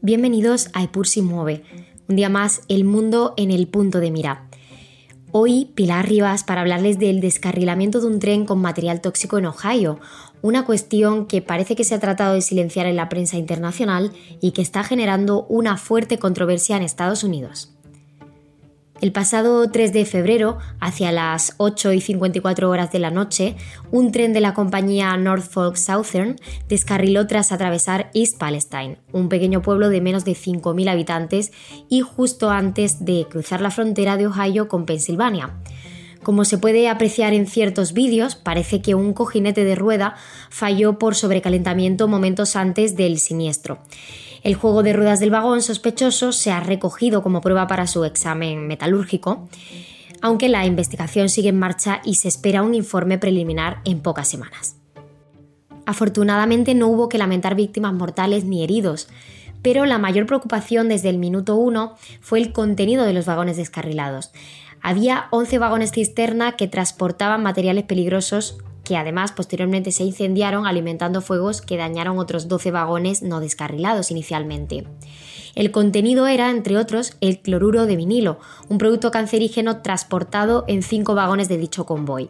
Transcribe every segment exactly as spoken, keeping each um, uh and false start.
Bienvenidos a Epur si mueve, un día más el mundo en el punto de mira. Hoy Pilar Rivas para hablarles del descarrilamiento de un tren con material tóxico en Ohio, una cuestión que parece que se ha tratado de silenciar en la prensa internacional y que está generando una fuerte controversia en Estados Unidos. El pasado tres de febrero, hacia las ocho y cincuenta y cuatro horas de la noche, un tren de la compañía Norfolk Southern descarriló tras atravesar East Palestine, un pequeño pueblo de menos de cinco mil habitantes y justo antes de cruzar la frontera de Ohio con Pensilvania. Como se puede apreciar en ciertos vídeos, parece que un cojinete de rueda falló por sobrecalentamiento momentos antes del siniestro. El juego de ruedas del vagón sospechoso se ha recogido como prueba para su examen metalúrgico, aunque la investigación sigue en marcha y se espera un informe preliminar en pocas semanas. Afortunadamente no hubo que lamentar víctimas mortales ni heridos, pero la mayor preocupación desde el minuto uno fue el contenido de los vagones descarrilados. Había once vagones cisterna que transportaban materiales peligrosos que además posteriormente se incendiaron alimentando fuegos que dañaron otros doce vagones no descarrilados inicialmente. El contenido era, entre otros, el cloruro de vinilo, un producto cancerígeno transportado en cinco vagones de dicho convoy.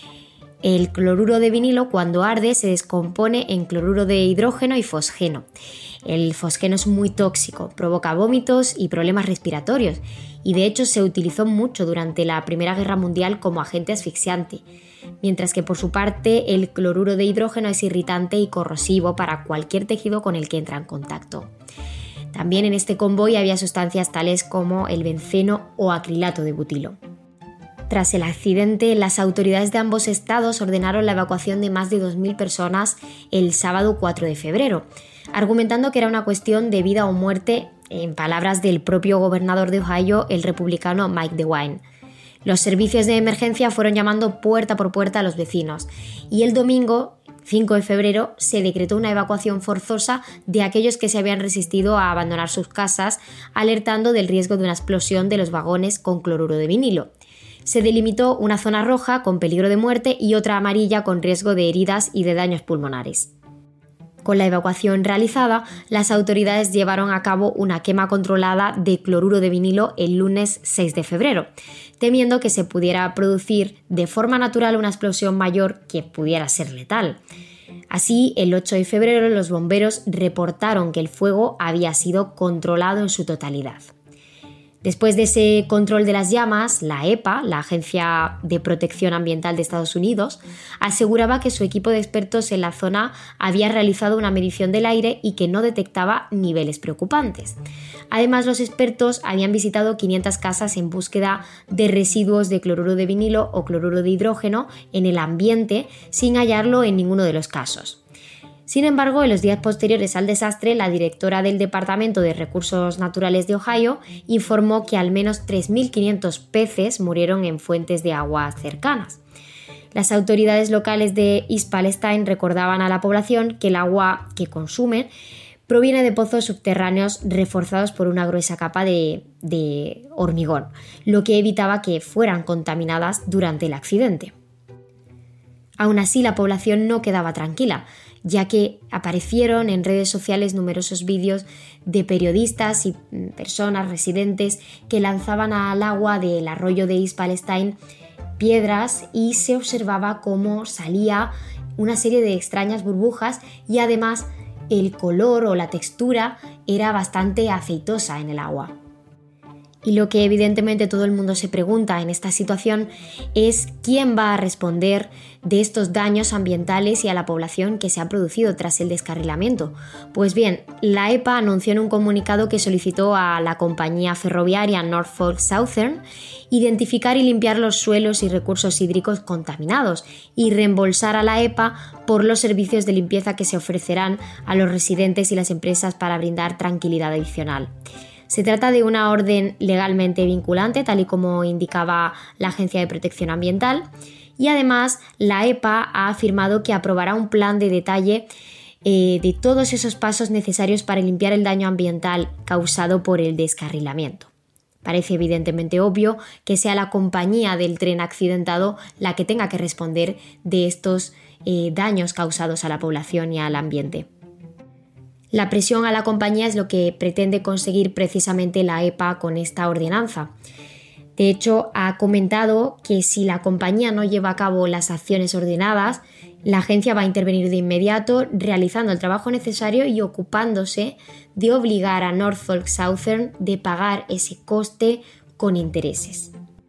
El cloruro de vinilo, cuando arde, se descompone en cloruro de hidrógeno y fosgeno. El fosgeno es muy tóxico, provoca vómitos y problemas respiratorios, y de hecho se utilizó mucho durante la Primera Guerra Mundial como agente asfixiante, mientras que por su parte el cloruro de hidrógeno es irritante y corrosivo para cualquier tejido con el que entra en contacto. También en este convoy había sustancias tales como el benceno o acrilato de butilo. Tras el accidente, las autoridades de ambos estados ordenaron la evacuación de más de dos mil personas el sábado cuatro de febrero, argumentando que era una cuestión de vida o muerte, en palabras del propio gobernador de Ohio, el republicano Mike DeWine. Los servicios de emergencia fueron llamando puerta por puerta a los vecinos y el domingo, cinco de febrero, se decretó una evacuación forzosa de aquellos que se habían resistido a abandonar sus casas, alertando del riesgo de una explosión de los vagones con cloruro de vinilo. Se delimitó una zona roja con peligro de muerte y otra amarilla con riesgo de heridas y de daños pulmonares. Con la evacuación realizada, las autoridades llevaron a cabo una quema controlada de cloruro de vinilo el lunes seis de febrero, temiendo que se pudiera producir de forma natural una explosión mayor que pudiera ser letal. Así, el ocho de febrero los bomberos reportaron que el fuego había sido controlado en su totalidad. Después de ese control de las llamas, la E P A, la Agencia de Protección Ambiental de Estados Unidos, aseguraba que su equipo de expertos en la zona había realizado una medición del aire y que no detectaba niveles preocupantes. Además, los expertos habían visitado quinientas casas en búsqueda de residuos de cloruro de vinilo o cloruro de hidrógeno en el ambiente sin hallarlo en ninguno de los casos. Sin embargo, en los días posteriores al desastre, la directora del Departamento de Recursos Naturales de Ohio informó que al menos tres mil quinientos peces murieron en fuentes de agua cercanas. Las autoridades locales de East Palestine recordaban a la población que el agua que consumen proviene de pozos subterráneos reforzados por una gruesa capa de, de hormigón, lo que evitaba que fueran contaminadas durante el accidente. Aún así, la población no quedaba tranquila, ya que aparecieron en redes sociales numerosos vídeos de periodistas y personas residentes que lanzaban al agua del arroyo de East Palestine piedras y se observaba cómo salía una serie de extrañas burbujas y además el color o la textura era bastante aceitosa en el agua. Y lo que evidentemente todo el mundo se pregunta en esta situación es quién va a responder de estos daños ambientales y a la población que se ha producido tras el descarrilamiento. Pues bien, la E P A anunció en un comunicado que solicitó a la compañía ferroviaria Norfolk Southern identificar y limpiar los suelos y recursos hídricos contaminados y reembolsar a la E P A por los servicios de limpieza que se ofrecerán a los residentes y las empresas para brindar tranquilidad adicional. Se trata de una orden legalmente vinculante, tal y como indicaba la Agencia de Protección Ambiental, y además la E P A ha afirmado que aprobará un plan de detalle eh, de todos esos pasos necesarios para limpiar el daño ambiental causado por el descarrilamiento. Parece evidentemente obvio que sea la compañía del tren accidentado la que tenga que responder de estos eh, daños causados a la población y al ambiente. La presión a la compañía es lo que pretende conseguir precisamente la E P A con esta ordenanza. De hecho, ha comentado que si la compañía no lleva a cabo las acciones ordenadas, la agencia va a intervenir de inmediato realizando el trabajo necesario y ocupándose de obligar a Norfolk Southern de pagar ese coste con intereses.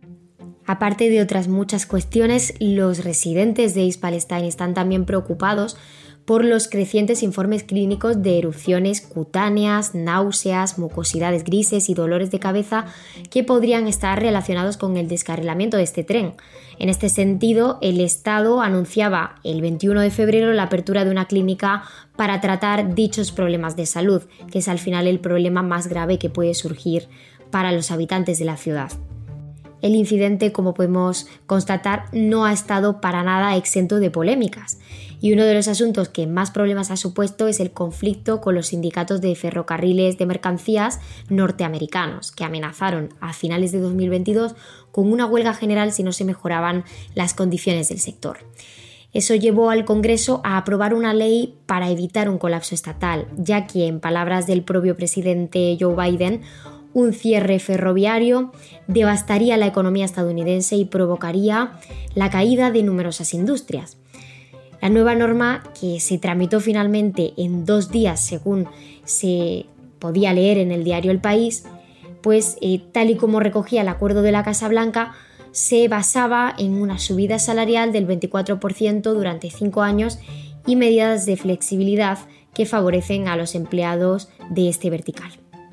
Aparte de otras muchas cuestiones, los residentes de East Palestine están también preocupados por los crecientes informes clínicos de erupciones cutáneas, náuseas, mucosidades grises y dolores de cabeza que podrían estar relacionados con el descarrilamiento de este tren. En este sentido, el Estado anunciaba el veintiuno de febrero la apertura de una clínica para tratar dichos problemas de salud, que es al final el problema más grave que puede surgir para los habitantes de la ciudad. El incidente, como podemos constatar, no ha estado para nada exento de polémicas, y uno de los asuntos que más problemas ha supuesto es el conflicto con los sindicatos de ferrocarriles de mercancías norteamericanos, que amenazaron a finales de dos mil veintidós con una huelga general si no se mejoraban las condiciones del sector. Eso llevó al Congreso a aprobar una ley para evitar un colapso estatal, ya que, en palabras del propio presidente Joe Biden, un cierre ferroviario devastaría la economía estadounidense y provocaría la caída de numerosas industrias. La nueva norma, que se tramitó finalmente en dos días según se podía leer en el diario El País, pues eh, tal y como recogía el acuerdo de la Casa Blanca, se basaba en una subida salarial del veinticuatro por ciento durante cinco años y medidas de flexibilidad que favorecen a los empleados de este vertical.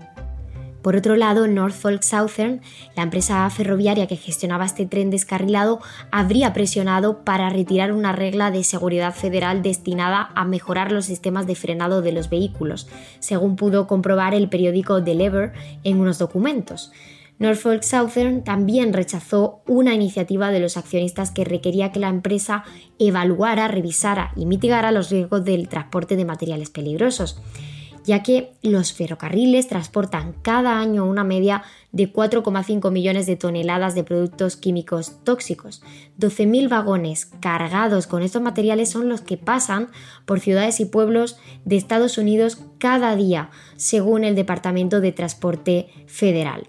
Por otro lado, Norfolk Southern, la empresa ferroviaria que gestionaba este tren descarrilado, habría presionado para retirar una regla de seguridad federal destinada a mejorar los sistemas de frenado de los vehículos, según pudo comprobar el periódico The Lever en unos documentos. Norfolk Southern también rechazó una iniciativa de los accionistas que requería que la empresa evaluara, revisara y mitigara los riesgos del transporte de materiales peligrosos, ya que los ferrocarriles transportan cada año una media de cuatro coma cinco millones de toneladas de productos químicos tóxicos. doce mil vagones cargados con estos materiales son los que pasan por ciudades y pueblos de Estados Unidos cada día, según el Departamento de Transporte Federal.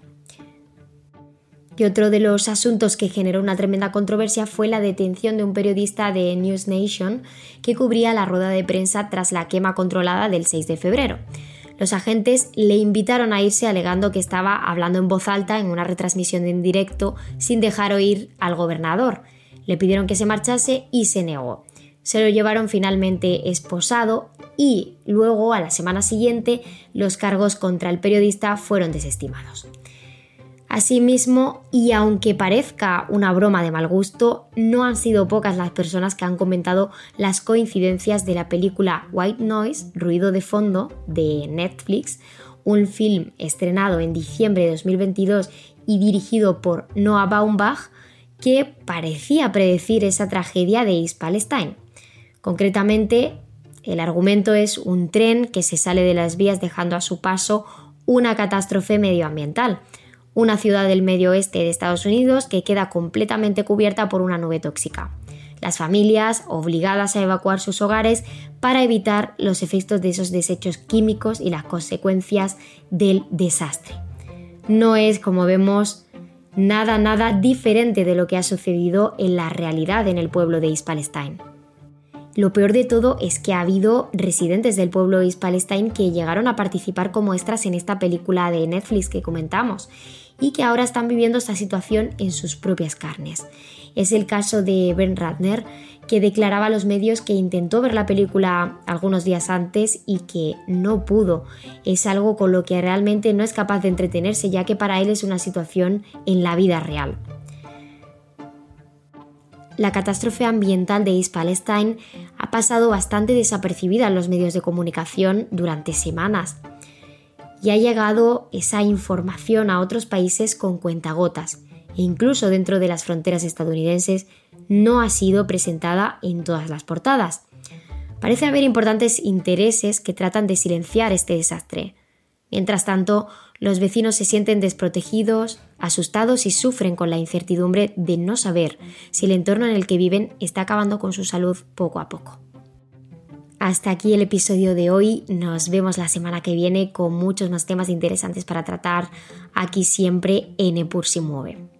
Y otro de los asuntos que generó una tremenda controversia fue la detención de un periodista de News Nation que cubría la rueda de prensa tras la quema controlada del seis de febrero. Los agentes le invitaron a irse alegando que estaba hablando en voz alta en una retransmisión en directo sin dejar oír al gobernador. Le pidieron que se marchase y se negó. Se lo llevaron finalmente esposado y luego, a la semana siguiente, los cargos contra el periodista fueron desestimados. Asimismo, y aunque parezca una broma de mal gusto, no han sido pocas las personas que han comentado las coincidencias de la película White Noise, Ruido de Fondo, de Netflix, un film estrenado en diciembre de dos mil veintidós y dirigido por Noah Baumbach, que parecía predecir esa tragedia de East Palestine. Concretamente, el argumento es un tren que se sale de las vías dejando a su paso una catástrofe medioambiental. Una ciudad del medio oeste de Estados Unidos que queda completamente cubierta por una nube tóxica. Las familias obligadas a evacuar sus hogares para evitar los efectos de esos desechos químicos y las consecuencias del desastre. No es, como vemos, nada, nada diferente de lo que ha sucedido en la realidad en el pueblo de East Palestine. Lo peor de todo es que ha habido residentes del pueblo de East Palestine que llegaron a participar como extras en esta película de Netflix que comentamos y que ahora están viviendo esta situación en sus propias carnes. Es el caso de Ben Ratner, que declaraba a los medios que intentó ver la película algunos días antes y que no pudo. Es algo con lo que realmente no es capaz de entretenerse, ya que para él es una situación en la vida real. La catástrofe ambiental de East Palestine ha pasado bastante desapercibida en los medios de comunicación durante semanas y ha llegado esa información a otros países con cuentagotas e incluso dentro de las fronteras estadounidenses no ha sido presentada en todas las portadas. Parece haber importantes intereses que tratan de silenciar este desastre. Mientras tanto, los vecinos se sienten desprotegidos, asustados y sufren con la incertidumbre de no saber si el entorno en el que viven está acabando con su salud poco a poco. hasta aquí el episodio de hoy. Nos vemos la semana que viene con muchos más temas interesantes para tratar aquí siempre en Epur si mueve.